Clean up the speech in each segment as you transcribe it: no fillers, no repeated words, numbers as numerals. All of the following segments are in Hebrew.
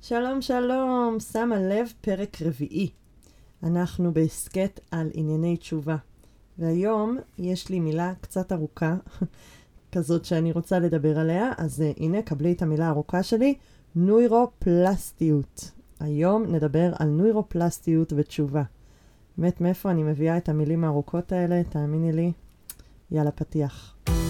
שלום שלום, שמה לב פרק רביעי. אנחנו בהסקט על ענייני תשובה. והיום יש לי מילה קצת ארוכה, כזאת שאני רוצה לדבר עליה, אז הנה קבלי את המילה הארוכה שלי, נוירופלסטיות. היום נדבר על נוירופלסטיות ותשובה. באמת מאיפה אני מביאה את המילים הארוכות האלה, תאמיני לי. יאללה פתיח.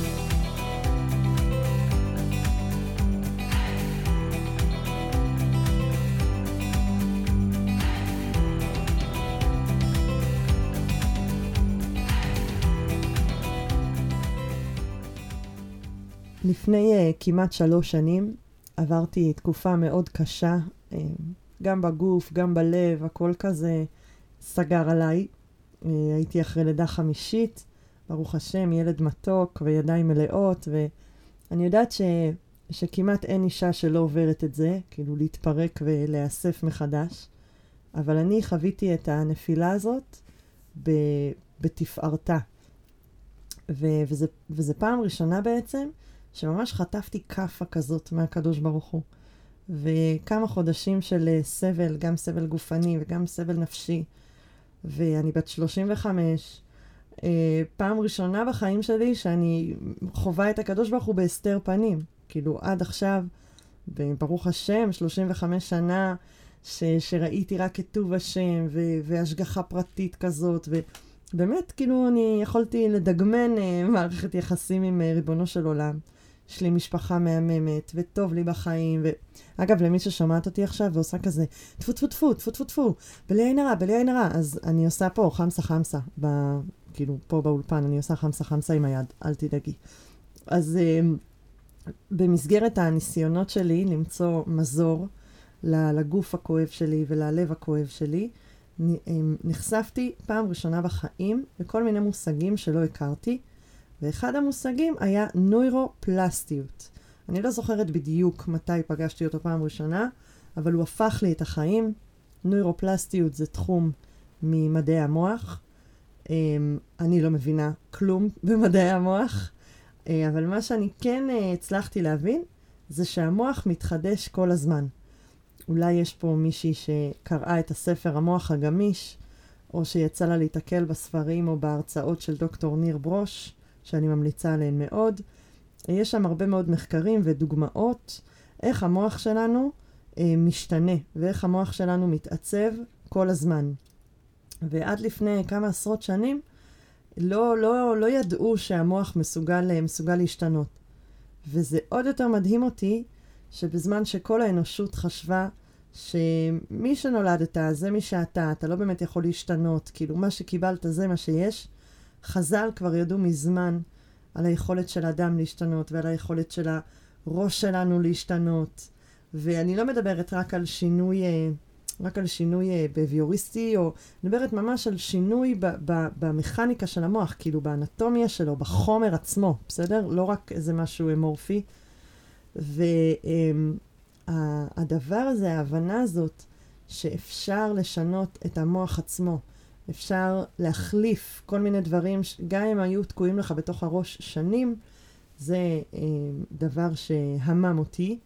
לפני כמעט 3 שנים עברתי תקופה מאוד קשה, גם בגוף, גם בלב, הכל כזה סגר עליי. הייתי אחרי לידה 5, ברוך השם, ילד מתוק וידיים מלאות, ואני יודעת שכמעט אין אישה שלא עוברת את זה, כאילו להתפרק ולהיאסף מחדש, אבל אני חוויתי את הנפילה הזאת בתפארתה. וזה פעם ראשונה בעצם, שממש חטפתי קפה כזאת מהקדוש ברוך הוא. וכמה חודשים של סבל, גם סבל גופני וגם סבל נפשי. ואני בת 35. פעם ראשונה בחיים שלי שאני חווה את הקדוש ברוך הוא בהסתר פנים. כאילו עד עכשיו, ברוך השם, 35 שנה שראיתי רק את טוב השם והשגחה פרטית כזאת. ובאמת כאילו אני יכולתי לדגמן מערכת יחסים עם ריבונו של עולם. יש לי משפחה מהממת, וטוב לי בחיים, אגב, למי ששומעת אותי עכשיו ועושה כזה, טפו טפו טפו, טפו טפו טפו, בלי עין הרע, בלי עין הרע, אז אני עושה פה חמסה, כאילו פה באולפן, אני עושה חמסה עם היד, אל תדאגי. אז במסגרת הניסיונות שלי למצוא מזור לגוף הכואב שלי וללב הכואב שלי, נחשפתי פעם ראשונה בחיים לכל מיני מושגים שלא הכרתי, ואחד המושגים היה נוירופלסטיות. אני לא זוכרת בדיוק מתי פגשתי אותו פעם ראשונה, אבל הוא הפך לי את החיים. נוירופלסטיות זה תחום ממדעי המוח. אני לא מבינה כלום במדעי המוח, אבל מה שאני כן הצלחתי להבין, זה שהמוח מתחדש כל הזמן. אולי יש פה מישהי שקראה את הספר המוח הגמיש, או שיצא לה להתקל בספרים או בהרצאות של דוקטור ניר ברוש, שאני ממליצה עליהן מאוד. יש שם הרבה מאוד מחקרים ודוגמאות איך המוח שלנו משתנה, ואיך המוח שלנו מתעצב כל הזמן. ועד לפני כמה עשרות שנים, לא ידעו שהמוח מסוגל להשתנות. וזה עוד יותר מדהים אותי, שבזמן שכל האנושות חשבה שמי שנולדת זה מי אתה לא באמת יכול להשתנות, כאילו מה שקיבלת זה מה שיש, חז"ל כבר ידעו מזמן על היכולת של האדם להשתנות ועל היכולת של הראש שלנו להשתנות. ואני לא מדברת רק על שינוי בביוריסטי, או מדברת ממש על שינוי במכניקה של המוח, כאילו באנטומיה שלו, בחומר עצמו, בסדר? לא רק איזה משהו אמורפי. והדבר הזה, ההבנה הזאת, שאפשר לשנות את המוח עצמו, אפשר להחליף כל מיני דברים, גם אם היו תקועים לך בתוך הראש שנים, זה דבר שהמם אותי.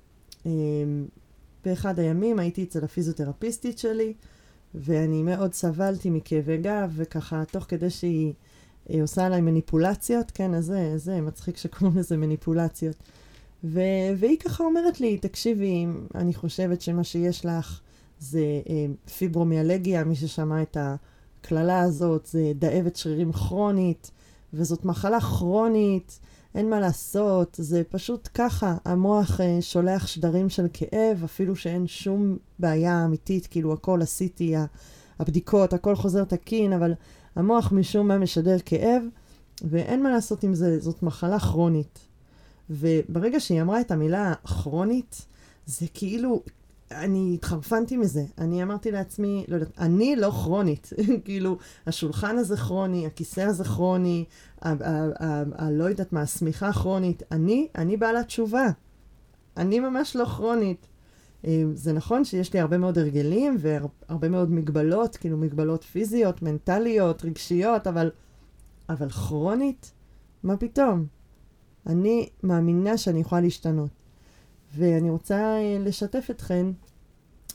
באחד הימים הייתי אצל הפיזיותרפיסטית שלי, ואני מאוד סבלתי מכאבי גב, וככה תוך כדי שהיא עושה עליי מניפולציות, כן, אז זה מצחיק שקוראים לזה מניפולציות. והיא ככה אומרת לי, תקשיבי, אני חושבת שמה שיש לך זה פיברומיאלגיה, מי ששמע את הכללה הזאת, זה דאבת שרירים כרונית, וזאת מחלה כרונית, אין מה לעשות, זה פשוט ככה, המוח שולח שדרים של כאב, אפילו שאין שום בעיה אמיתית, כאילו הכל עשיתי, הבדיקות, הכל חוזר תקין, אבל המוח משום מה משדר כאב, ואין מה לעשות עם זה, זאת מחלה כרונית. וברגע שהיא אמרה את המילה כרונית, זה כאילו, אני התחרפנתי מזה. אני אמרתי לעצמי, לא יודעת, אני לא כרונית. כאילו, השולחן הזה כרוני, הכיסא הזה כרוני, לא יודעת מה, הסמיכה כרונית. אני בעלת תשובה. אני ממש לא כרונית. זה נכון שיש לי הרבה מאוד הרגלים והרבה מאוד מגבלות, כאילו מגבלות פיזיות, מנטליות, רגשיות, אבל כרונית? מה פתאום? אני מאמינה שאני יכולה להשתנות. ואני רוצה לשתף אתכן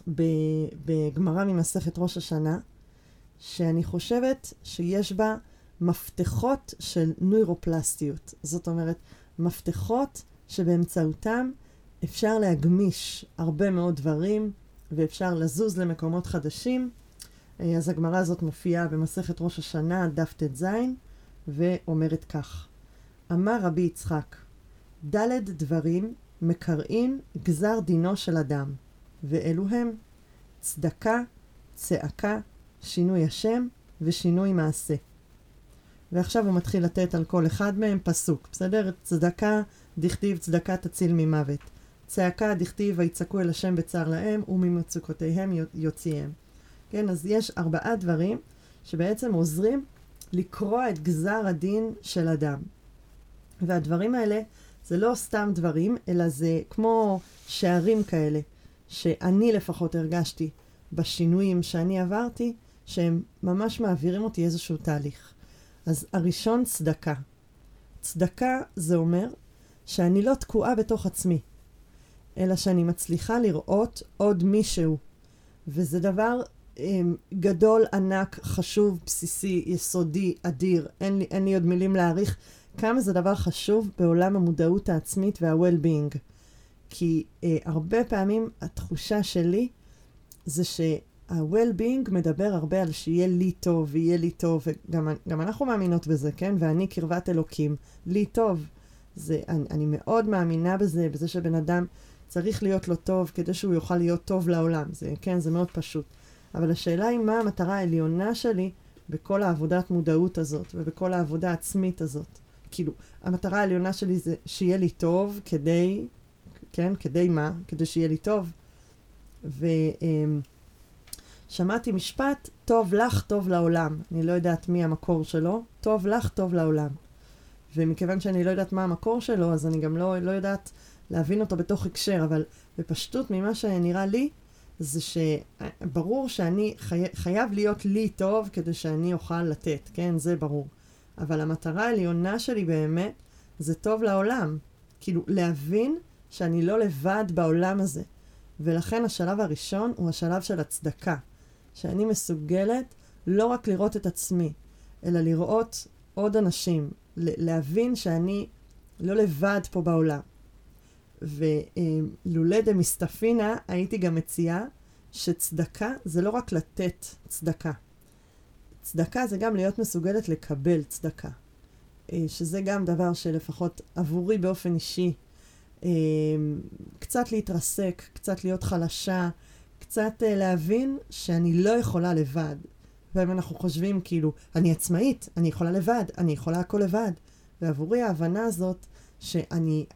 בגמרא ממסכת ראש השנה, שאני חושבת שיש בה מפתחות של נוירופלסטיות. זאת אומרת, מפתחות שבאמצעותם אפשר להגמיש הרבה מאוד דברים, ואפשר לזוז למקומות חדשים. אז הגמרא הזאת מופיעה במסכת ראש השנה, דף ט"ז, ואומרת כך: אמר רבי יצחק, ד' דברים מקראים גזר דינו של אדם, ואלו הם צדקה, צעקה, שינוי השם ושינוי מעשה. ועכשיו הוא מתחיל לתת על כל אחד מהם פסוק, בסדר? צדקה, דכתיב צדקה תציל ממוות. צעקה, דכתיב ויצעקו אל השם בצר להם וממצוקותיהם יוציאם. כן, אז יש 4 דברים שבעצם עוזרים לקרוא את גזר הדין של אדם. והדברים האלה זה לא סתם דברים, אלא זה כמו שערים כאלה, שאני לפחות הרגשתי בשינויים שאני עברתי, שהם ממש מעבירים אותי איזשהו תהליך. אז הראשון, צדקה. צדקה זה אומר שאני לא תקועה בתוך עצמי, אלא שאני מצליחה לראות עוד מישהו. וזה דבר גדול, ענק, חשוב, בסיסי, יסודי, אדיר. אין לי עוד מילים להעריך כמה זה דבר חשוב בעולם המודעות העצמית וה-well-being. כי הרבה פעמים התחושה שלי זה שה-well-being מדבר הרבה על שיהיה לי טוב ויהיה לי טוב, וגם אנחנו מאמינות בזה, כן? ואני קרבת אלוקים. לי טוב. אני מאוד מאמינה בזה שבן אדם צריך להיות לו טוב כדי שהוא יוכל להיות טוב לעולם. זה מאוד פשוט. אבל השאלה היא מה המטרה העליונה שלי בכל העבודת מודעות הזאת ובכל העבודה העצמית הזאת. כאילו, המטרה העליונה שלי זה שיהיה לי טוב כדי, כן, כדי מה? כדי שיהיה לי טוב. ושמעתי משפט, טוב לך, טוב לעולם. אני לא יודעת מי המקור שלו, טוב לך, טוב לעולם. ומכיוון שאני לא יודעת מה המקור שלו, אז אני גם לא יודעת להבין אותו בתוך הקשר, אבל בפשטות ממה שנראה לי, זה שברור שאני חייב להיות לי טוב כדי שאני אוכל לתת, כן? זה ברור. אבל המטרה העליונה שלי באמת זה טוב לעולם. כאילו, להבין שאני לא לבד בעולם הזה. ולכן השלב הראשון הוא השלב של הצדקה. שאני מסוגלת לא רק לראות את עצמי, אלא לראות עוד אנשים. להבין שאני לא לבד פה בעולם. ולולא דמסתפינה הייתי גם מציעה שצדקה זה לא רק לתת צדקה. צדקה זה גם להיות מסוגלת לקבל צדקה. שזה גם דבר שלפחות עבורי באופן אישי, קצת להתרסק, קצת להיות חלשה, קצת להבין שאני לא יכולה לבד. ואם אנחנו חושבים כאילו, אני עצמאית, אני יכולה לבד, אני יכולה הכל לבד. ועבורי ההבנה הזאת שאני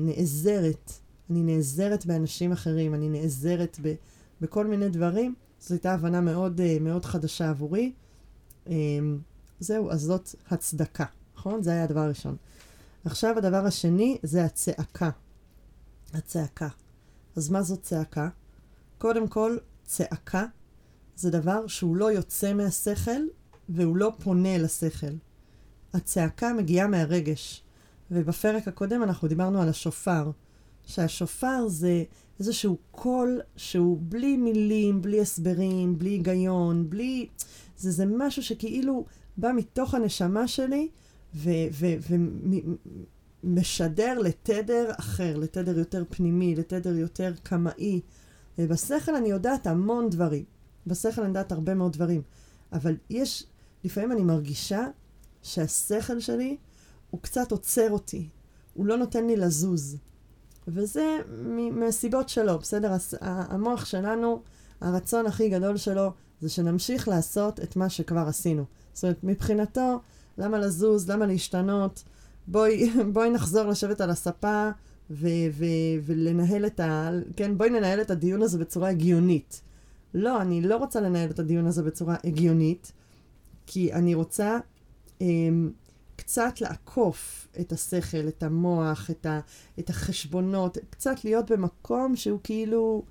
נעזרת באנשים אחרים, אני נעזרת בכל מיני דברים, זו הייתה הבנה מאוד, מאוד חדשה עבורי. זהו, אז זאת הצדקה, נכון? זה היה הדבר הראשון. עכשיו הדבר השני זה הצעקה. הצעקה. אז מה זאת צעקה? קודם כל, צעקה זה דבר שהוא לא יוצא מהשכל והוא לא פונה לשכל. הצעקה מגיעה מהרגש. ובפרק הקודם אנחנו דיברנו על השופר. שהשופר זה איזשהו קול שהוא בלי מילים, בלי הסברים, בלי היגיון, זה משהו שכאילו בא מתוך הנשמה שלי ומשדר לתדר אחר, לתדר יותר פנימי, לתדר יותר קמאי. בשכל אני יודעת המון דברים. בשכל אני יודעת הרבה מאוד דברים. אבל לפעמים אני מרגישה שהשכל שלי הוא קצת עוצר אותי. הוא לא נותן לי לזוז. וזה מהסיבות שלו, בסדר? המוח שלנו, הרצון הכי גדול שלו, זה שנמשיך לעשות את מה שכבר עשינו. זאת אומרת, מבחינתו, למה לזוז, למה להשתנות? בואי נחזור לשבת על הספה ולנהל בואי ננהל את הדיון הזה בצורה הגיונית. לא, אני לא רוצה לנהל את הדיון הזה בצורה הגיונית, כי אני רוצה קצת לעקוף את השכל, את המוח, את החשבונות, קצת להיות במקום שהוא כאילו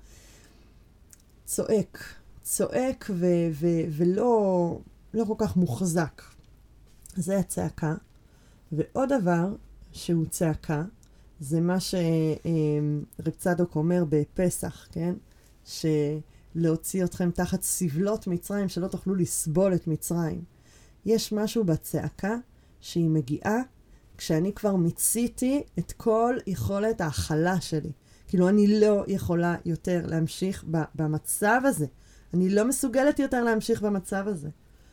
צועק ולא כל כך מוחזק. זה הצעקה. ועוד דבר שהוא צעקה, זה מה שרב צדוק אומר בפסח, כן? להוציא אתכם תחת סבלות מצרים, שלא תוכלו לסבול את מצרים. יש משהו בצעקה שהיא מגיעה כשאני כבר מיציתי את כל יכולת ההכלה שלי. כאילו אני לא יכולה יותר להמשיך במצב הזה. אני לא מסוגלת יותר להמשיך במצב הזה.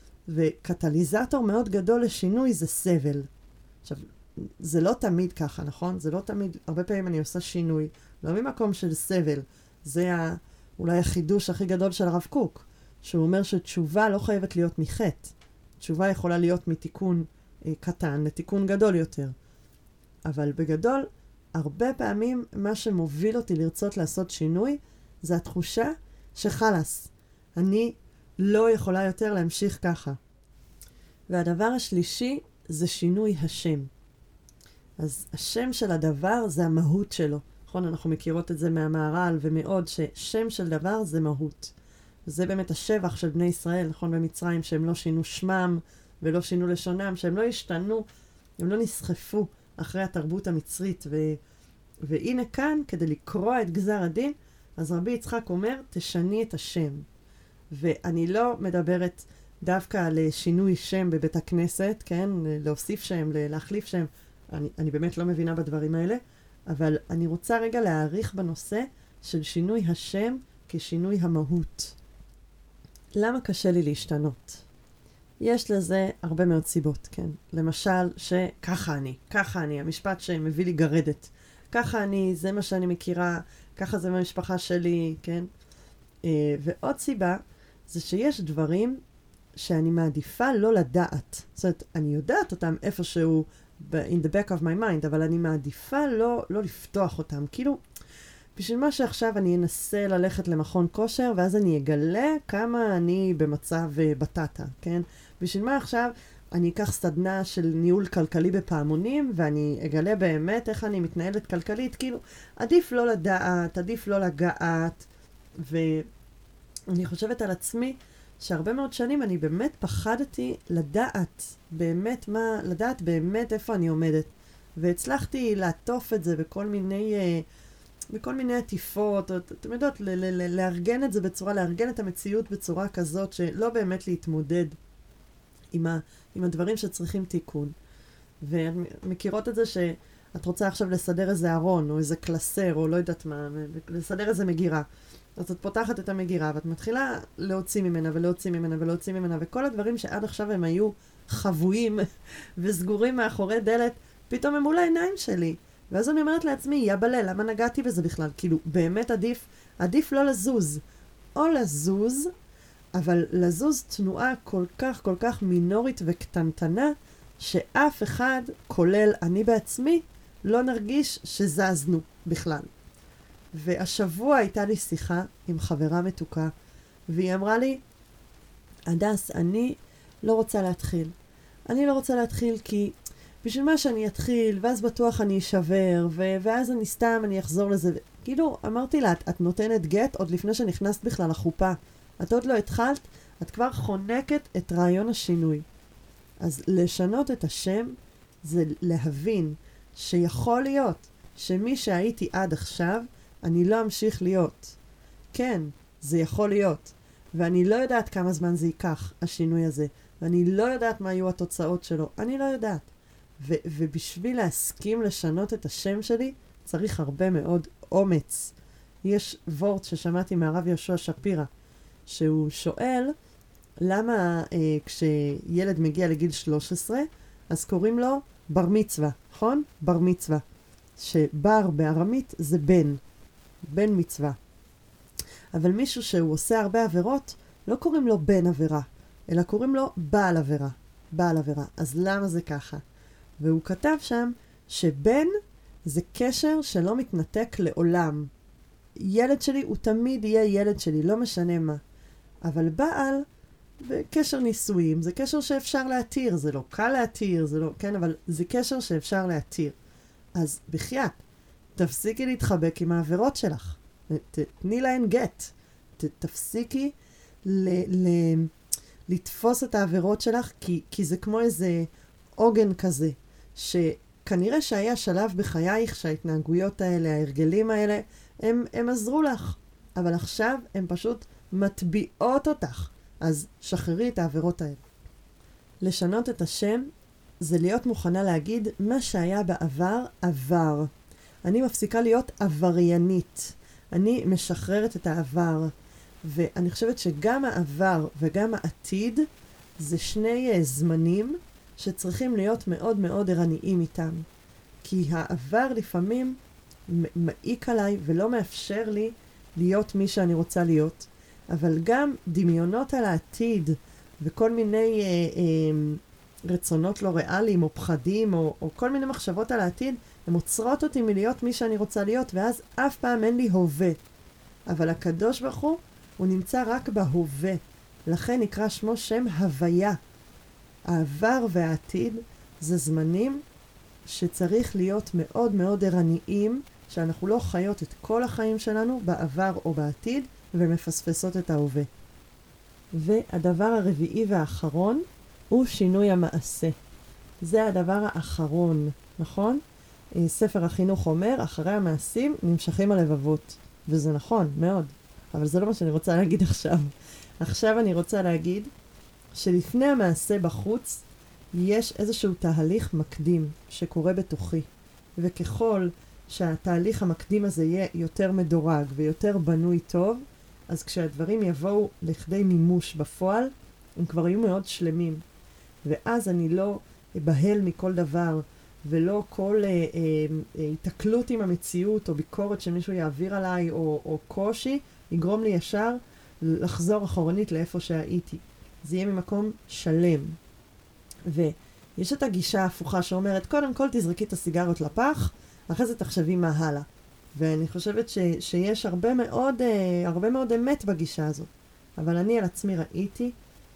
וקטליזטור מאוד גדול לשינוי זה סבל. עכשיו, זה לא תמיד ככה, נכון? זה לא תמיד, הרבה פעמים אני עושה שינוי, לא ממקום של סבל. זה אולי החידוש הכי גדול של הרב קוק, שהוא אומר שתשובה לא חייבת להיות מחטא. תשובה יכולה להיות מתיקון קטן לתיקון גדול יותר. אבל בגדול, הרבה פעמים מה שמוביל אותי לרצות לעשות שינוי, זה התחושה שחלס. אני לא יכולה יותר להמשיך ככה. והדבר השלישי זה שינוי השם. אז השם של הדבר זה המהות שלו. נכון, אנחנו מכירות את זה מהמהר"ל ומאוד ששם של דבר זה מהות. וזה באמת השבח של בני ישראל, נכון, במצרים, שהם לא שינו שמם ולא שינו לשונם, שהם לא השתנו, הם לא נסחפו אחרי התרבות המצרית. והנה כאן, כדי לקרוא את גזר הדין, אז רבי יצחק אומר, תשני את השם. ואני לא מדברת דווקא על שינוי שם בבית הכנסת, כן? להוסיף שם, להחליף שם. אני באמת לא מבינה בדברים האלה, אבל אני רוצה רגע להעריך בנושא של שינוי השם כשינוי המהות. למה קשה לי להשתנות? יש לזה הרבה מאוד סיבות, כן? למשל, שככה אני, המשפט שמביא לי גרדת. ככה אני, זה מה שאני מכירה, ככה זה מהמשפחה שלי, כן? ועוד סיבה, זה שיש דברים שאני מעדיפה לא לדעת. זאת אומרת, אני יודעת אותם איפשהו in the back of my mind, אבל אני מעדיפה לא לפתוח אותם. כאילו, בשביל מה שעכשיו אני אנסה ללכת למכון כושר, ואז אני אגלה כמה אני במצב בטטה, כן? בשביל מה עכשיו אני אקח סדנה של ניהול כלכלי בפעמונים, ואני אגלה באמת איך אני מתנהלת כלכלית. כאילו, עדיף לא לדעת, עדיף לא לגעת, ואני חושבת על עצמי, שהרבה מאוד שנים אני באמת פחדתי לדעת באמת איפה אני עומדת. והצלחתי לעטוף את זה בכל מיני עטיפות, אתם יודעות, לארגן את זה לארגן את המציאות בצורה כזאת שלא באמת להתמודד עם הדברים שצריכים תיקון. ומכירות את זה שאת רוצה עכשיו לסדר איזה ארון, או איזה קלסר, או לא יודעת מה, לסדר איזה מגירה. אז את פותחת את המגירה, ואת מתחילה להוציא ממנה ולהוציא ממנה ולהוציא ממנה, וכל הדברים שעד עכשיו הם היו חבויים וסגורים מאחורי דלת, פתאום הם מול העיניים שלי. ואז אני אומרת לעצמי, יא בלה, למה נגעתי בזה בכלל? כאילו, באמת עדיף לא לזוז. או לזוז, אבל לזוז תנועה כל כך מינורית וקטנטנה, שאף אחד, כולל אני בעצמי, לא נרגיש שזזנו בכלל. והשבוע הייתה לי שיחה עם חברה מתוקה, והיא אמרה לי, הדס, אני לא רוצה להתחיל. אני לא רוצה להתחיל כי בשביל מה שאני אתחיל, ואז בטוח אני אשבר, ואז אני אחזור לזה. כאילו, אמרתי לה, את נותנת גט עוד לפני שנכנסת בכלל לחופה. את עוד לא התחלת, את כבר חונקת את רעיון השינוי. אז לשנות את השם זה להבין שיכול להיות שמי שהייתי עד עכשיו, אני לא אמשיך להיות. כן, זה יכול להיות. ואני לא יודעת כמה זמן זה ייקח, השינוי הזה. ואני לא יודעת מה יהיו התוצאות שלו. אני לא יודעת. ובשביל להסכים לשנות את השם שלי, צריך הרבה מאוד אומץ. יש וורט ששמעתי מהרב יהושע שפירא, שהוא שואל, למה כשילד מגיע לגיל 13, אז קוראים לו בר מצווה, נכון? בר מצווה. שבר בארמית זה בן מצווה. אבל מישהו שהוא עושה הרבה עבירות, לא קוראים לו בן עבירה, אלא קוראים לו בעל עבירה. אז למה זה ככה? והוא כתב שם שבן זה קשר שלא מתנתק לעולם. ילד שלי הוא תמיד יהיה ילד שלי, לא משנה מה. אבל בעל, בקשר נישואים, זה קשר שאפשר להתיר, זה לא קל להתיר, זה לא, כן, אבל זה קשר שאפשר להתיר. אז בחייאת, תפסיקי להתחבק עם העבירות שלך. תתני להן גט. תפסיקי לתפוס את העבירות שלך, כי זה כמו איזה עוגן כזה, שכנראה שהיה שלב בחייך שההתנהגויות האלה, ההרגלים האלה, הם עזרו לך. אבל עכשיו הם פשוט מטביעות אותך. אז שחררי את העבירות האלה. לשנות את השם זה להיות מוכנה להגיד מה שהיה בעבר עבר. אני מפסיקה להיות עבריינית. אני משחררת את העבר. ואני חושבת שגם העבר וגם העתיד זה שני זמנים שצריכים להיות מאוד מאוד ערניים איתם. כי העבר לפעמים מעיק עליי ולא מאפשר לי להיות מי שאני רוצה להיות. אבל גם דמיונות על העתיד וכל מיני רצונות לא ריאליים או פחדים או כל מיני מחשבות על העתיד, הן עוצרות אותי מלהיות מי שאני רוצה להיות, ואז אף פעם אין לי הווה. אבל הקדוש ברוך הוא נמצא רק בהווה. לכן נקרא שמו שם הוויה. העבר והעתיד זה זמנים שצריך להיות מאוד מאוד ערניים, שאנחנו לא חיות את כל החיים שלנו בעבר או בעתיד, ומפספסות את ההווה. והדבר הרביעי והאחרון הוא שינוי המעשה. זה הדבר האחרון, נכון? ספר החינוך אומר, אחרי המעשים נמשכים הלבבות. וזה נכון, מאוד. אבל זה לא מה שאני רוצה להגיד עכשיו. עכשיו אני רוצה להגיד שלפני המעשה בחוץ, יש איזשהו תהליך מקדים שקורה בתוכי. וככל שהתהליך המקדים הזה יהיה יותר מדורג ויותר בנוי טוב, אז כשהדברים יבואו לכדי מימוש בפועל, הם כבר יהיו מאוד שלמים. ואז אני לא אבהל מכל דבר, ולא כל התקלות עם המציאות, או ביקורת שמישהו יעביר עליי, או קושי, יגרום לי ישר לחזור אחורנית לאיפה שהייתי. זה יהיה ממקום שלם. ויש את הגישה ההפוכה שאומרת, קודם כל תזרקי את הסיגריות לפח, אחרי זה תחשבי מה הלאה. ואני חושבת שיש הרבה מאוד אמת בגישה הזאת. אבל אני על עצמי ראיתי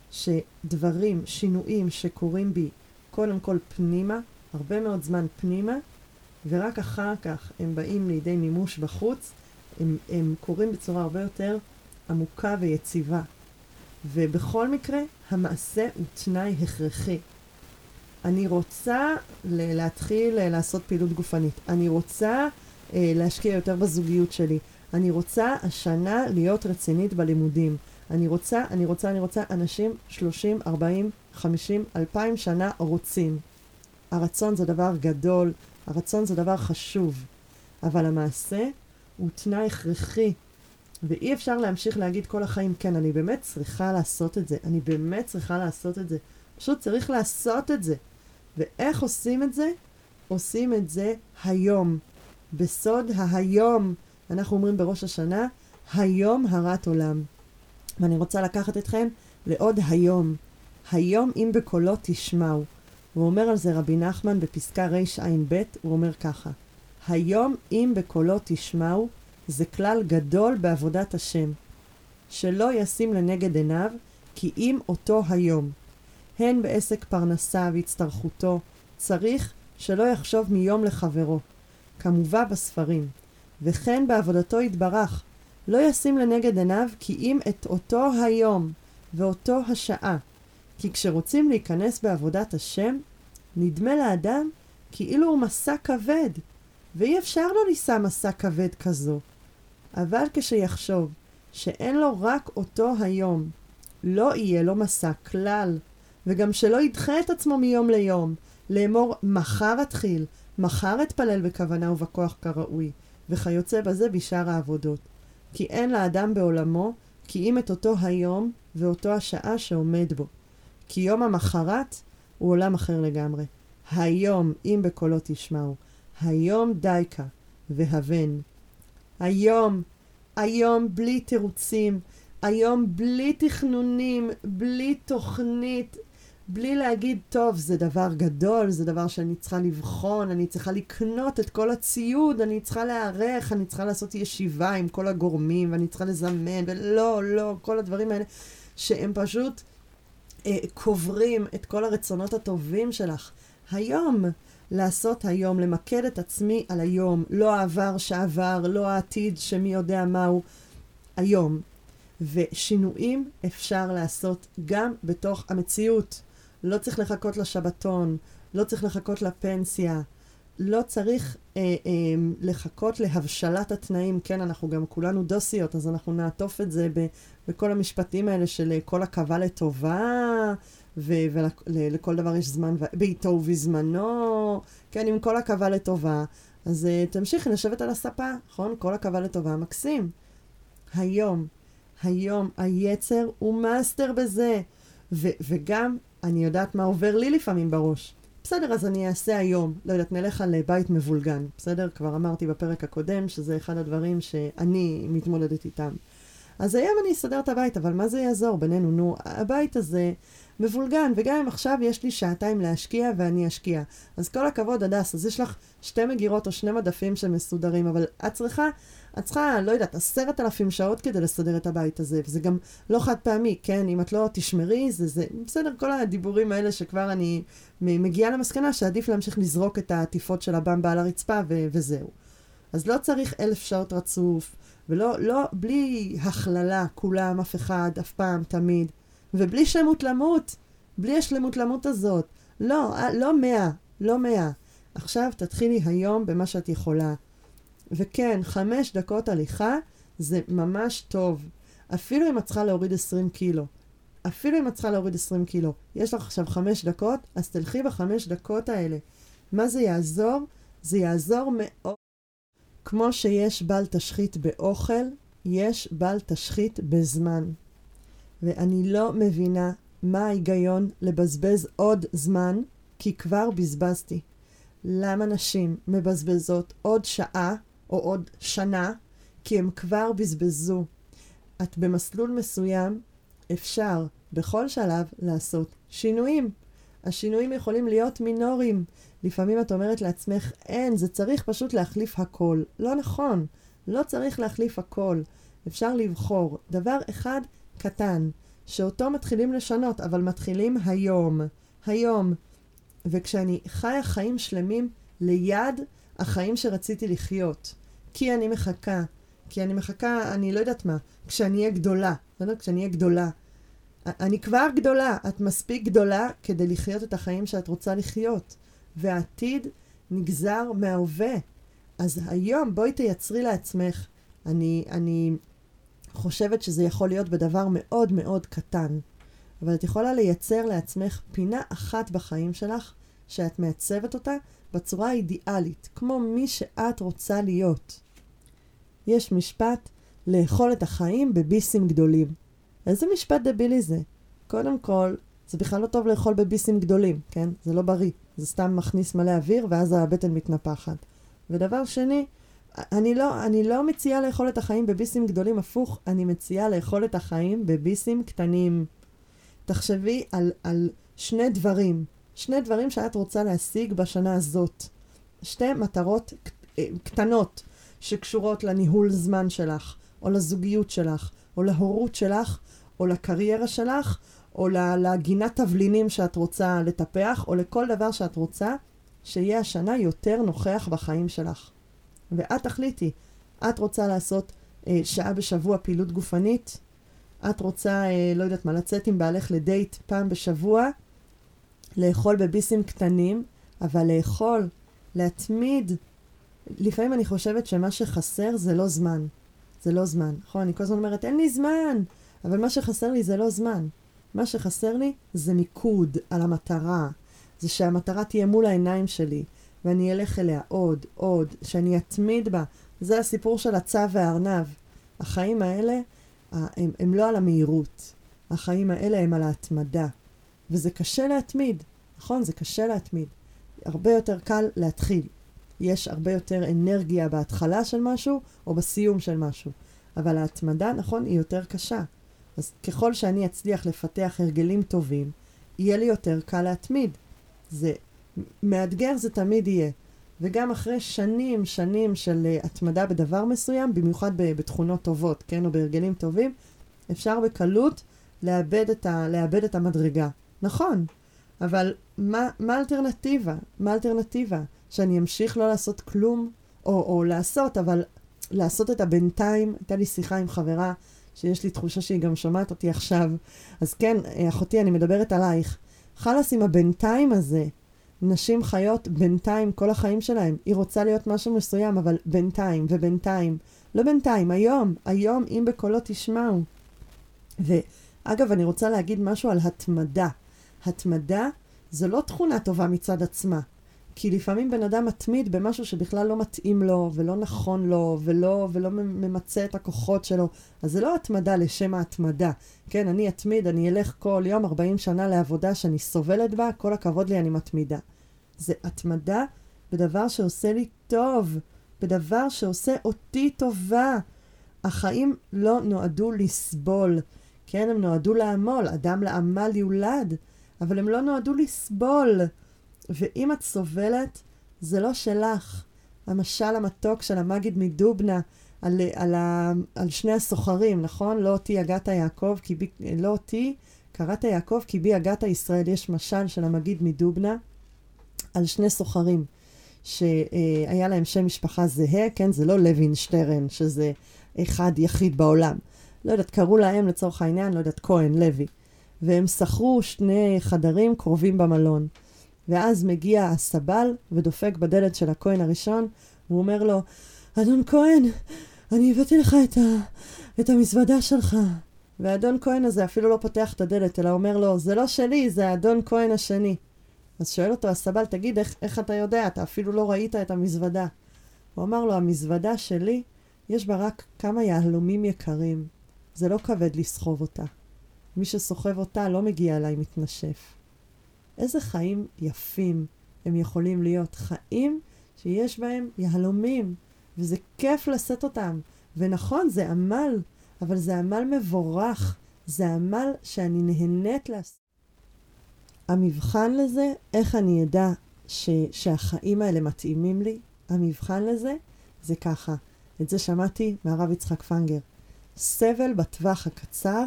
שדברים, שינויים שקורים בי, קודם כל פנימה, הרבה מאוד זמן פנימה, ורק אחר כך הם באים לידי מימוש בחוץ, הם קורים בצורה הרבה יותר עמוקה ויציבה. ובכל מקרה, המעשה הוא תנאי הכרחי. אני רוצה להתחיל לעשות פעילות גופנית. אני רוצה להשקיע יותר בזוגיות שלי. אני רוצה השנה להיות רצינית בלימודים. אני רוצה, אנשים 30, 40, 50, 2,000 שנה רוצים. הרצון זה דבר גדול, הרצון זה דבר חשוב. אבל המעשה הוא תנאי הכרחי. ואי אפשר להמשיך להגיד כל החיים, כן, אני באמת צריכה לעשות את זה. אני באמת צריכה לעשות את זה. פשוט צריך לעשות את זה. ואיך עושים את זה? עושים את זה היום. בסוד היום, אנחנו אומרים בראש השנה, היום הרת עולם. ואני רוצה לקחת אתכם לעוד היום. היום אם בקולו תשמעו. הוא אומר על זה רבי נחמן בפסקה רע"ב, הוא אומר ככה. היום אם בקולו תשמעו, זה כלל גדול בעבודת השם. שלא ישים לנגד עיניו, כי אם אותו היום. הן בעסק פרנסה והצטרכותו, צריך שלא יחשוב מיום לחברו. כמובן בספרים. וכן בעבודתו יתברך. לא ישים לנגד עיניו, כי אם את אותו היום ואותו השעה. כי כשרוצים להיכנס בעבודת השם, נדמה לאדם כאילו הוא מסע כבד, ואי אפשר לו לישא מסע כבד כזו. אבל כשיחשוב שאין לו רק אותו היום, לא יהיה לו מסע כלל, וגם שלא ידחה את עצמו מיום ליום, לאמור מחר אתחיל, מחר אתפלל בכוונה ובכוח כראוי, וכיוצא בזה בשאר העבודות. כי אין לאדם בעולמו, כי אם את אותו היום ואותו השעה שעומד בו. כי יום המחרת הוא עולם אחר לגמרי. היום אם בקולו תשמעו, היום דייקה והבן. היום בלי תירוצים, היום בלי תכנונים, בלי תוכנית, בלי להגיד, טוב, זה דבר גדול, זה דבר שאני צריכה לבחון, אני צריכה לקנות את כל הציוד, אני צריכה להערך, אני צריכה לעשות ישיבה עם כל הגורמים, ואני צריכה לזמן, ולא, כל הדברים האלה, שהם פשוט קוברים את כל הרצונות הטובים שלך. היום, לעשות היום, למקד את עצמי על היום, לא העבר שעבר, לא העתיד שמי יודע מהו, היום. ושינויים אפשר לעשות גם בתוך המציאות. לא צריך לחכות לשבתון, לא צריך לחכות לפנסיה, לא צריך לחכות להבשלת התנאים. כן, אנחנו גם כולנו דוסיות, אז אנחנו נעטוף את זה בכל המשפטים האלה של כל הקווה לטובה, ולכל דבר יש זמן בעיתו ובזמנו. כן, עם כל הקווה לטובה. אז תמשיכי לשבת על הספה, נכון? כל הקווה לטובה, מקסים. היום היצר הוא מאסטר בזה. וגם אני יודעת מה עובר לי לפעמים בראש. בסדר, אז אני אעשה היום. לא יודעת, נלך על בית מבולגן. בסדר? כבר אמרתי בפרק הקודם שזה אחד הדברים שאני מתמודדת איתם. אז היום אני אסדר את הבית, אבל מה זה יעזור בינינו? נו, הבית הזה מבולגן, וגם אם עכשיו יש לי שעתיים להשקיע ואני אשקיע. אז כל הכבוד, הדס, אז יש לך 2 מגירות או 2 מדפים שמסודרים, אבל את צריכה, לא יודעת, 10,000 שעות כדי לסדר את הבית הזה, וזה גם לא חד פעמי, כן? אם את לא תשמרי, זה בסדר, כל הדיבורים האלה שכבר אני מגיעה למסקנה שעדיף להמשיך לזרוק את העטיפות של הבמבה על הרצפה וזהו. אז לא צריך 1,000 שעות רצוף, בלי הכללה, כולם, אף אחד, אף פעם, תמיד. ובלי שלמות למות, בלי השלמות למות הזאת. לא 100. עכשיו תתחילי היום במה שאת יכולה. וכן, 5 דקות הליכה זה ממש טוב. אפילו אם את צריכה להוריד 20 קילו. יש לך עכשיו 5 דקות, אז תלכי ב5 דקות האלה. מה זה יעזור? זה יעזור מאוד. כמו שיש בל תשחית באוכל, יש בל תשחית בזמן. ואני לא מבינה מה ההיגיון לבזבז עוד זמן, כי כבר בזבזתי. למה נשים מבזבזות עוד שעה או עוד שנה, כי הם כבר בזבזו. את במסלול מסוים, אפשר בכל שלב לעשות שינויים. השינויים יכולים להיות מינוריים. לפעמים את אומרת לעצמך, זה צריך פשוט להחליף הכל. לא נכון, לא צריך להחליף הכל. אפשר לבחור דבר אחד קטן, שאותו מתחילים לשנות, אבל מתחילים היום. וכשאני חיה חיים שלמים ליד החיים שרציתי לחיות. כי אני מחכה, אני לא יודעת מה, כשאני אהיה גדולה. אני כבר גדולה, את מספיק גדולה כדי לחיות את החיים שאת רוצה לחיות. והעתיד נגזר מההווה. אז היום בואי תייצרי לעצמך. אני חושבת שזה יכול להיות בדבר מאוד מאוד קטן. אבל את יכולה לייצר לעצמך פינה אחת בחיים שלך, שאת מעצבת אותה בצורה האידיאלית, כמו מי שאת רוצה להיות. יש משפט, לאכול את החיים בביסים גדולים. איזה משפט דבילי זה? קודם כל, זה בכלל לא טוב לאכול בביסים גדולים, כן? זה לא בריא. זה סתם מכניס מלא אוויר, ואז הבטן מתנפחת. ודבר שני, אני לא מציעה לאכול את החיים בביסים גדולים, הפוך, אני מציעה לאכול את החיים בביסים קטנים. תחשבי על שני דברים שאת רוצה להשיג בשנה הזאת. 2 מטרות קטנות שקשורות לניהול זמן שלך, או לזוגיות שלך, או להורות שלך, או לקריירה שלך, או לגינת תבלינים שאת רוצה לטפח, או לכל דבר שאת רוצה, שיהיה השנה יותר נוכח בחיים שלך. ואת תחליטי, את רוצה לעשות שעה בשבוע פעילות גופנית, את רוצה, לא יודעת מה, לצאת עם בעלך לדייט פעם בשבוע, לאכול בביסים קטנים, אבל להתמיד. לפעמים אני חושבת שמה שחסר זה לא זמן. נכון, אני כל הזמן אומרת, אין לי זמן, אבל מה שחסר לי זה לא זמן. מה שחסר לי זה מיקוד על המטרה. זה שהמטרה תהיה מול העיניים שלי, ואני אלך אליה עוד, שאני אתמיד בה. זה הסיפור של הצב והארנב. החיים האלה, הם לא על המהירות. החיים האלה הם על ההתמדה. וזה קשה להתמיד. נכון, זה קשה להתמיד. הרבה יותר קל להתחיל. יש הרבה יותר אנרגיה בהתחלה של משהו, או בסיום של משהו. אבל ההתמדה, נכון, היא יותר קשה. אז ככל שאני אצליח לפתח הרגלים טובים, יהיה לי יותר קל להתמיד. זה מאתגר, זה תמיד יהיה. וגם אחרי שנים של התמדה בדבר מסוים, במיוחד בתכונות טובות, כן, או בהרגלים טובים, אפשר בקלות לאבד את המדרגה. נכון, אבל מה האלטרנטיבה? שאני אמשיך לא לעשות כלום, או לעשות, אבל לעשות את הבינתיים. הייתה לי שיחה עם חברה, שיש לי תחושה שהיא גם שומעת אותי עכשיו. אז כן, אחותי, אני מדברת עלייך. חלס עם הבינתיים הזה. נשים חיות בינתיים כל החיים שלהם. היא רוצה להיות משהו מסוים, אבל בינתיים ובינתיים. לא בינתיים, היום אם בקולות תשמעו. ואגב, אני רוצה להגיד משהו על התמדה. התמדה זו לא תכונה טובה מצד עצמה. כי לפעמים בן אדם מתמיד במשהו שבכלל לא מתאים לו, ולא נכון לו, ולא ממצא את הכוחות שלו. אז זה לא התמדה לשם ההתמדה. כן, אני אתמיד, אני אלך כל יום 40 שנה לעבודה שאני סובלת בה, כל הכבוד לי, אני מתמידה. זה התמדה בדבר שעושה לי טוב, בדבר שעושה אותי טובה. החיים לא נועדו לסבול, כן, הם נועדו לעמול, אדם לעמל יולד, אבל הם לא נועדו לסבול. ואם את סובלת, זה לא שלך. המשל המתוק של המגיד מדובנה על שני הסוחרים, נכון? לא אותי הגעת יעקב, לא אותי קראת יעקב, כי בי הגעת ישראל. יש משל של המגיד מדובנה על שני סוחרים, שהיה להם שם משפחה זהה, כן? זה לא לוינשטרן, שזה אחד יחיד בעולם. לא יודעת, קראו להם לצורך העניין, לא יודעת, כהן, לוי. והם שכרו שני חדרים קרובים במלון. ואז מגיע הסבל ודופק בדלת של הכהן הראשון, הוא אומר לו, אדון כהן, אני הבאתי לך את המזוודה שלך. והאדון כהן הזה אפילו לא פותח את הדלת, אלא אומר לו, זה לא שלי, זה האדון כהן השני. אז שואל אותו הסבל, תגיד, איך אתה יודע? אתה אפילו לא ראית את המזוודה. הוא אמר לו, המזוודה שלי, יש בה רק כמה יהלומים יקרים. זה לא כבד לסחוב אותה. מי שסוחב אותה לא מגיע אליי מתנשף. איזה חיים יפים הם יכולים להיות. חיים שיש בהם יהלומים, וזה כיף לשאת אותם. ונכון, זה עמל, אבל זה עמל מבורך. זה עמל שאני נהנית לעשות. המבחן לזה, איך אני אדע שהחיים האלה מתאימים לי, המבחן לזה, זה ככה. את זה שמעתי מהרב יצחק פנגר. סבל בטווח הקצר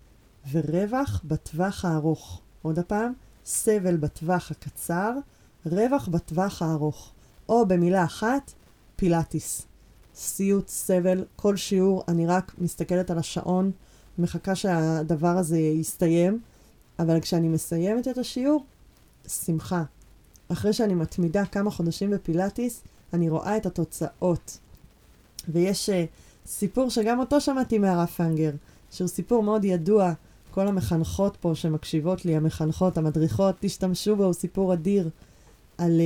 ורווח בטווח הארוך. עוד הפעם, סבל בטווח הקצר, רווח בטווח הארוך. או במילה אחת, פילאטיס. סיוט, סבל, כל שיעור, אני רק מסתכלת על השעון, מחכה שהדבר הזה יסתיים, אבל כשאני מסיימת את השיעור, שמחה. אחרי שאני מתמידה כמה חודשים בפילאטיס, אני רואה את התוצאות. ויש סיפור שגם אותו שמעתי מהרב פנגר, שהוא סיפור מאוד ידוע, כל המחנכות פה שמקשיבות לי, המחנכות, המדריכות, תשתמשו בו, הוא סיפור אדיר על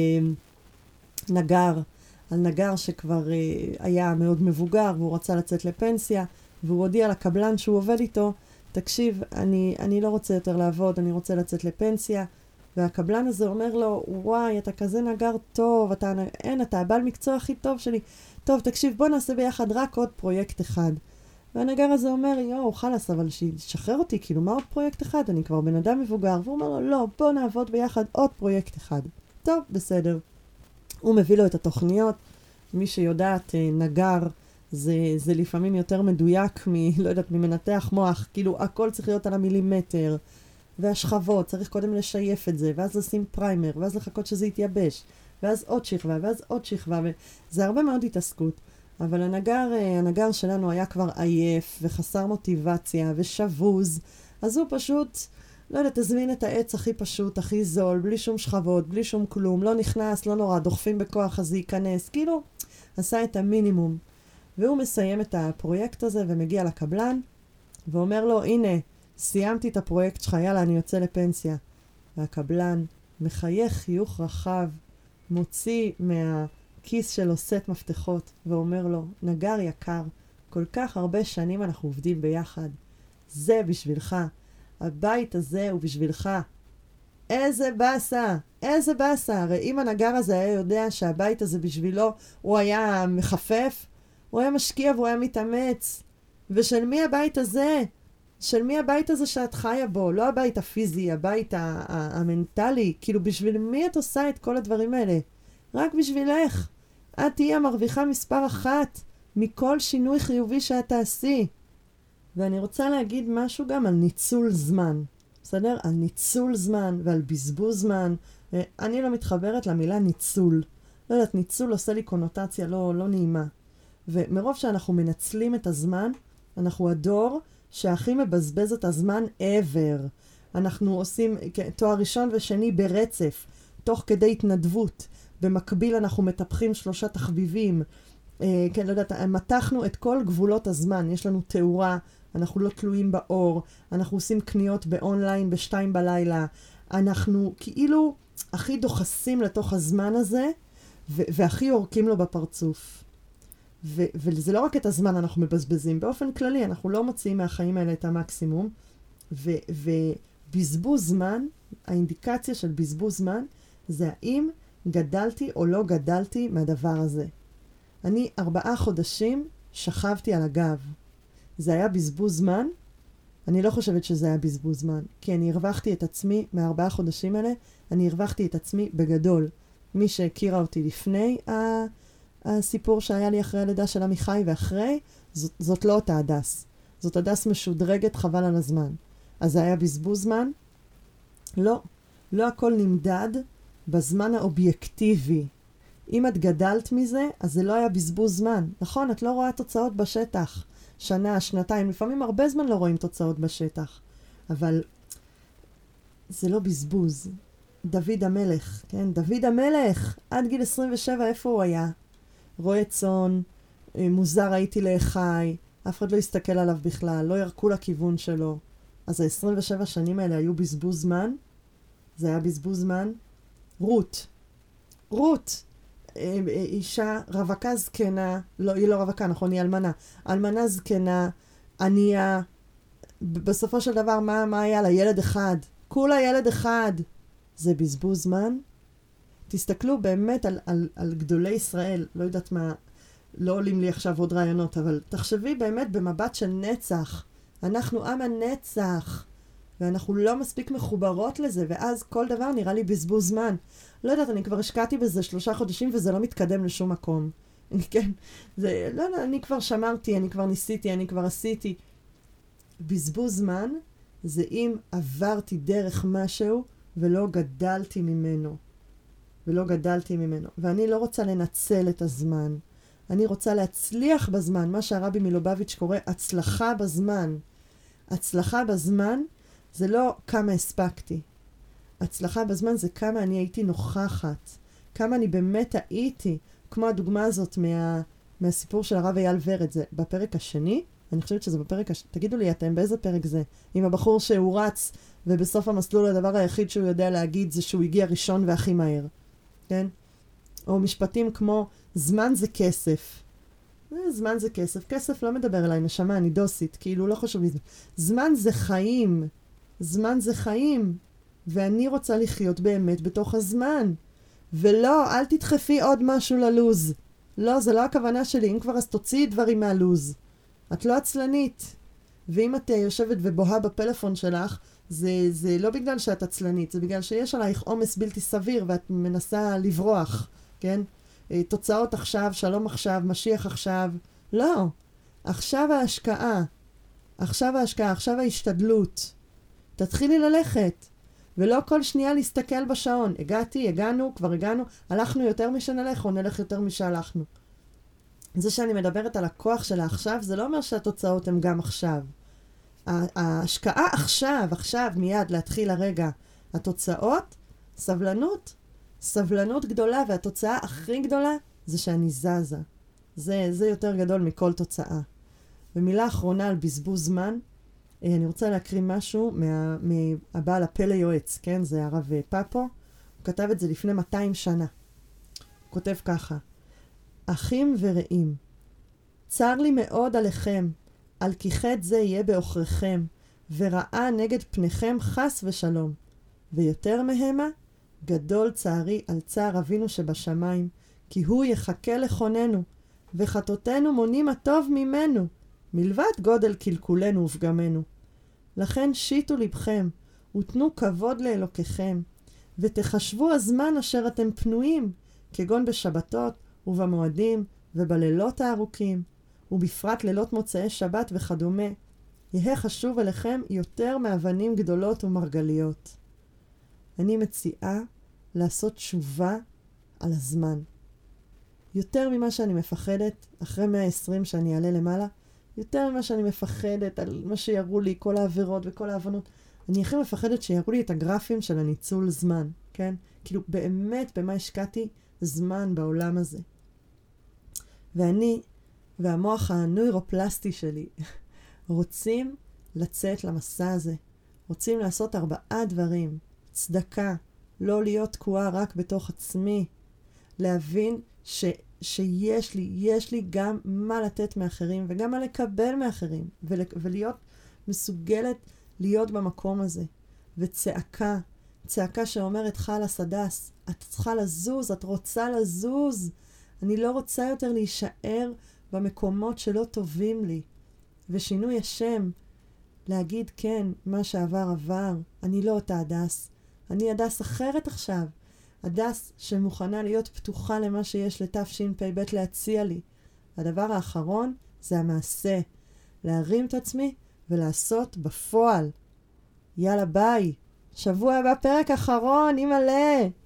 נגר, על נגר שכבר היה מאוד מבוגר, והוא רצה לצאת לפנסיה, והוא הודיע לקבלן שהוא עובד איתו, תקשיב, אני לא רוצה יותר לעבוד, אני רוצה לצאת לפנסיה, והקבלן הזה אומר לו, וואי, אתה כזה נגר טוב, אתה הבעל מקצוע הכי טוב שלי, טוב, תקשיב, בוא נעשה ביחד רק עוד פרויקט אחד. והנגר הזה אומר, חלס, אבל שחרר אותי, כאילו, מה עוד פרויקט אחד? אני כבר בן אדם מבוגר. והוא אומר לו, לא, בוא נעבוד ביחד עוד פרויקט אחד. טוב, בסדר. הוא מביא לו את התוכניות. מי שיודעת, נגר, זה לפעמים יותר מדויק לא יודעת, ממנתח מוח. כאילו, הכל צריך להיות על המילימטר. והשכבות, צריך קודם לשייף את זה, ואז לשים פריימר, ואז לחכות שזה יתייבש. ואז עוד שכבה, ואז עוד שכבה. זה הרבה מאוד התעסקות. אבל הנגר שלנו היה כבר עייף וחסר מוטיבציה ושבוז, אז הוא פשוט, לא יודעת, תזמין את העץ הכי פשוט, הכי זול, בלי שום שכבות, בלי שום כלום, לא נכנס, לא נורא, דוחפים בכוח, אז זה ייכנס, כאילו, עשה את המינימום. והוא מסיים את הפרויקט הזה ומגיע לקבלן, ואומר לו, הנה, סיימתי את הפרויקט שלך, יאללה, אני יוצא לפנסיה. והקבלן מחייך חיוך רחב, מוציא כיס שלו סט מפתחות, ואומר לו, נגר יקר, כל כך הרבה שנים אנחנו עובדים ביחד. זה בשבילך. הבית הזה הוא בשבילך. איזה בסה, איזה בסה. הרי אם הנגר הזה היה יודע שהבית הזה בשבילו, הוא היה מחפף, הוא היה משקיע והוא היה מתאמץ. ושל מי הבית הזה? של מי הבית הזה שאת חיה בו? לא הבית הפיזי, הבית המנטלי. כאילו, בשביל מי את עושה את כל הדברים האלה? רק בשבילך. את תהיה המרוויחה מספר 1 מכל שינוי חיובי שאת תעשי. ואני רוצה להגיד משהו גם על ניצול זמן. בסדר? על ניצול זמן ועל בזבוז זמן. אני לא מתחברת למילה ניצול. לא יודעת, ניצול עושה לי קונוטציה לא נעימה. ומרוב שאנחנו מנצלים את הזמן, אנחנו הדור שהכי מבזבז את הזמן ever. אנחנו עושים תואר ראשון ושני ברצף. תוך כדי התנדבות. במקביל אנחנו מטפחים 3 תחביבים. כן, לא יודעת, מתחנו את כל גבולות הזמן. יש לנו תאורה, אנחנו לא תלויים באור, אנחנו עושים קניות באונליין ב2 בלילה. אנחנו כאילו הכי דוחסים לתוך הזמן הזה, והכי יורקים לו בפרצוף. וזה לא רק את הזמן אנחנו מבזבזים, באופן כללי אנחנו לא מוציאים מהחיים האלה את המקסימום, ובזבוז זמן, האינדיקציה של בזבוז זמן, זה האם גדלתי או לא גדלתי מהדבר הזה. אני 4 חודשים שכבתי על הגב. זה היה בזבוז זמן? אני לא חושבת שזה היה בזבוז זמן, כי אני הרווחתי את עצמי מה4 חודשים האלה, אני הרווחתי את עצמי בגדול. מי שהכירה אותי לפני הסיפור שהיה לי אחרי הלידה של עמיחי ואחרי, זאת לא אותה הדס. זאת הדס משודרגת חבל על הזמן. אז זה היה בזבוז זמן? לא. לא הכל נמדד בזמן האובייקטיבי. אם את גדלת מזה, אז זה לא היה בזבוז זמן. נכון, את לא רואה תוצאות בשטח. שנה, שנתיים, לפעמים הרבה זמן לא רואים תוצאות בשטח. אבל זה לא בזבוז. דוד המלך, כן? דוד המלך, עד גיל 27, איפה הוא היה? רואה צאן, מוזר הייתי לאחי, אף אחד לא הסתכל עליו בכלל, לא ירקו לכיוון שלו. אז ה-27 שנים האלה היו בזבוז זמן? זה היה בזבוז זמן? רות, אישה רווקה זקנה, לא, היא לא רווקה, נכון, היא אלמנה. אלמנה זקנה, ענייה, בסופו של דבר, מה היה לה? ילד אחד. כולה ילד אחד. זה בזבוז זמן? תסתכלו באמת על גדולי ישראל, לא יודעת מה, לא עולים לי עכשיו עוד רעיונות, אבל תחשבי באמת במבט של נצח. אנחנו עם הנצח, ואנחנו לא מספיק מחוברות לזה, ואז כל דבר נראה לי בזבוז זמן. לא יודעת, אני כבר השקעתי בזה 3 חודשים, וזה לא מתקדם לשום מקום. כן, זה, לא, אני כבר שמרתי, אני כבר ניסיתי, אני כבר עשיתי. בזבוז זמן זה אם עברתי דרך משהו, ולא גדלתי ממנו. ואני לא רוצה לנצל את הזמן. אני רוצה להצליח בזמן, מה שהרבי מלובביץ' קורא הצלחה בזמן. הצלחה בזמן זה לא כמה הספקתי. הצלחה בזמן זה כמה אני הייתי נוכחת. כמה אני באמת הייתי. כמו הדוגמה הזאת מהסיפור של הרב אייל ורד. זה בפרק השני. אני חושבת שזה בפרק השני. תגידו לי אתם, באיזה פרק זה? עם הבחור שהוא רץ, ובסוף המסלול הדבר היחיד שהוא יודע להגיד זה שהוא הגיע ראשון והכי מהר. כן? או משפטים כמו, זמן זה כסף. זמן זה כסף. כסף לא מדבר אליי, נשמה, אני דוסית. כאילו, לא חשוב לי. זמן זה חיים. זמן זה חיים. ואני רוצה לחיות באמת בתוך הזמן. ולא, אל תדחפי עוד משהו ללוז. לא, זה לא הכוונה שלי. אם כבר אז תוציאי דברים מהלוז. את לא עצלנית. ואם את יושבת ובוהה בפלאפון שלך, זה לא בגלל שאת עצלנית, זה בגלל שיש עלייך עומס בלתי סביר ואת מנסה לברוח, כן? תוצאות עכשיו, שלום עכשיו, משיח עכשיו. לא. עכשיו ההשקעה. עכשיו ההשתדלות. תתחילי ללכת. ולא כל שנייה להסתכל בשעון. הגענו, כבר הגענו, הלכנו יותר משנלך או נלך יותר משהלכנו. זה שאני מדברת על הכוח של העכשיו, זה לא אומר שהתוצאות הן גם עכשיו. ההשקעה עכשיו, מיד, להתחיל הרגע. התוצאות, סבלנות גדולה, והתוצאה הכי גדולה זה שאני זזה. זה יותר גדול מכל תוצאה. ומילה אחרונה על בזבוז זמן, אני רוצה להקריא משהו מהבעל הפלא יועץ, כן? זה הרב פאפו. הוא כתב את זה לפני 200 שנה. הוא כותב ככה, אחים ורעים, צר לי מאוד עליכם, על כי חטא זה יהיה באוכריכם, ורעה נגד פניכם חס ושלום. ויותר מהמה, גדול צערי על צער אבינו שבשמיים, כי הוא יחכה לכוננו, וחטאותינו מונים הטוב ממנו, מלבד גודל קלקולנו ופגמנו. לכן שיתו לבכם, ותנו כבוד לאלוקיכם, ותחשבו הזמן אשר אתם פנויים, כגון בשבתות ובמועדים ובלילות הארוכים, ובפרט לילות מוצאי שבת וכדומה, יהיה חשוב אליכם יותר מאבנים גדולות ומרגליות. אני מציעה לעשות תשובה על הזמן. יותר ממה שאני מפחדת, אחרי 120 שאני אעלה למעלה, יותר ממה שאני מפחדת על מה שיראו לי, כל העבירות וכל ההבנות, אני הכי מפחדת שיראו לי את הגרפים של הניצול זמן. כן? כאילו באמת במה השקעתי זמן בעולם הזה. ואני והמוח הנוירופלסטי שלי רוצים לצאת למסע הזה. רוצים לעשות 4 דברים. צדקה, לא להיות תקועה רק בתוך עצמי. להבין שיש לי גם מה לתת מאחרים וגם מה לקבל מאחרים. ולהיות מסוגלת להיות במקום הזה. וצעקה, צעקה שאומרת חלאס הדס, את צריכה לזוז, את רוצה לזוז. אני לא רוצה יותר להישאר במקומות שלא טובים לי. ושינוי השם, להגיד כן, מה שעבר עבר, אני לא אותה הדס. אני הדס אחרת עכשיו. הדס שמוכנה להיות פתוחה למה שיש לתשפ"ב להציע לי. הדבר האחרון זה המעשה. להרים את עצמי ולעשות בפועל. יאללה ביי. שבוע הבא פרק אחרון, אימא'לה.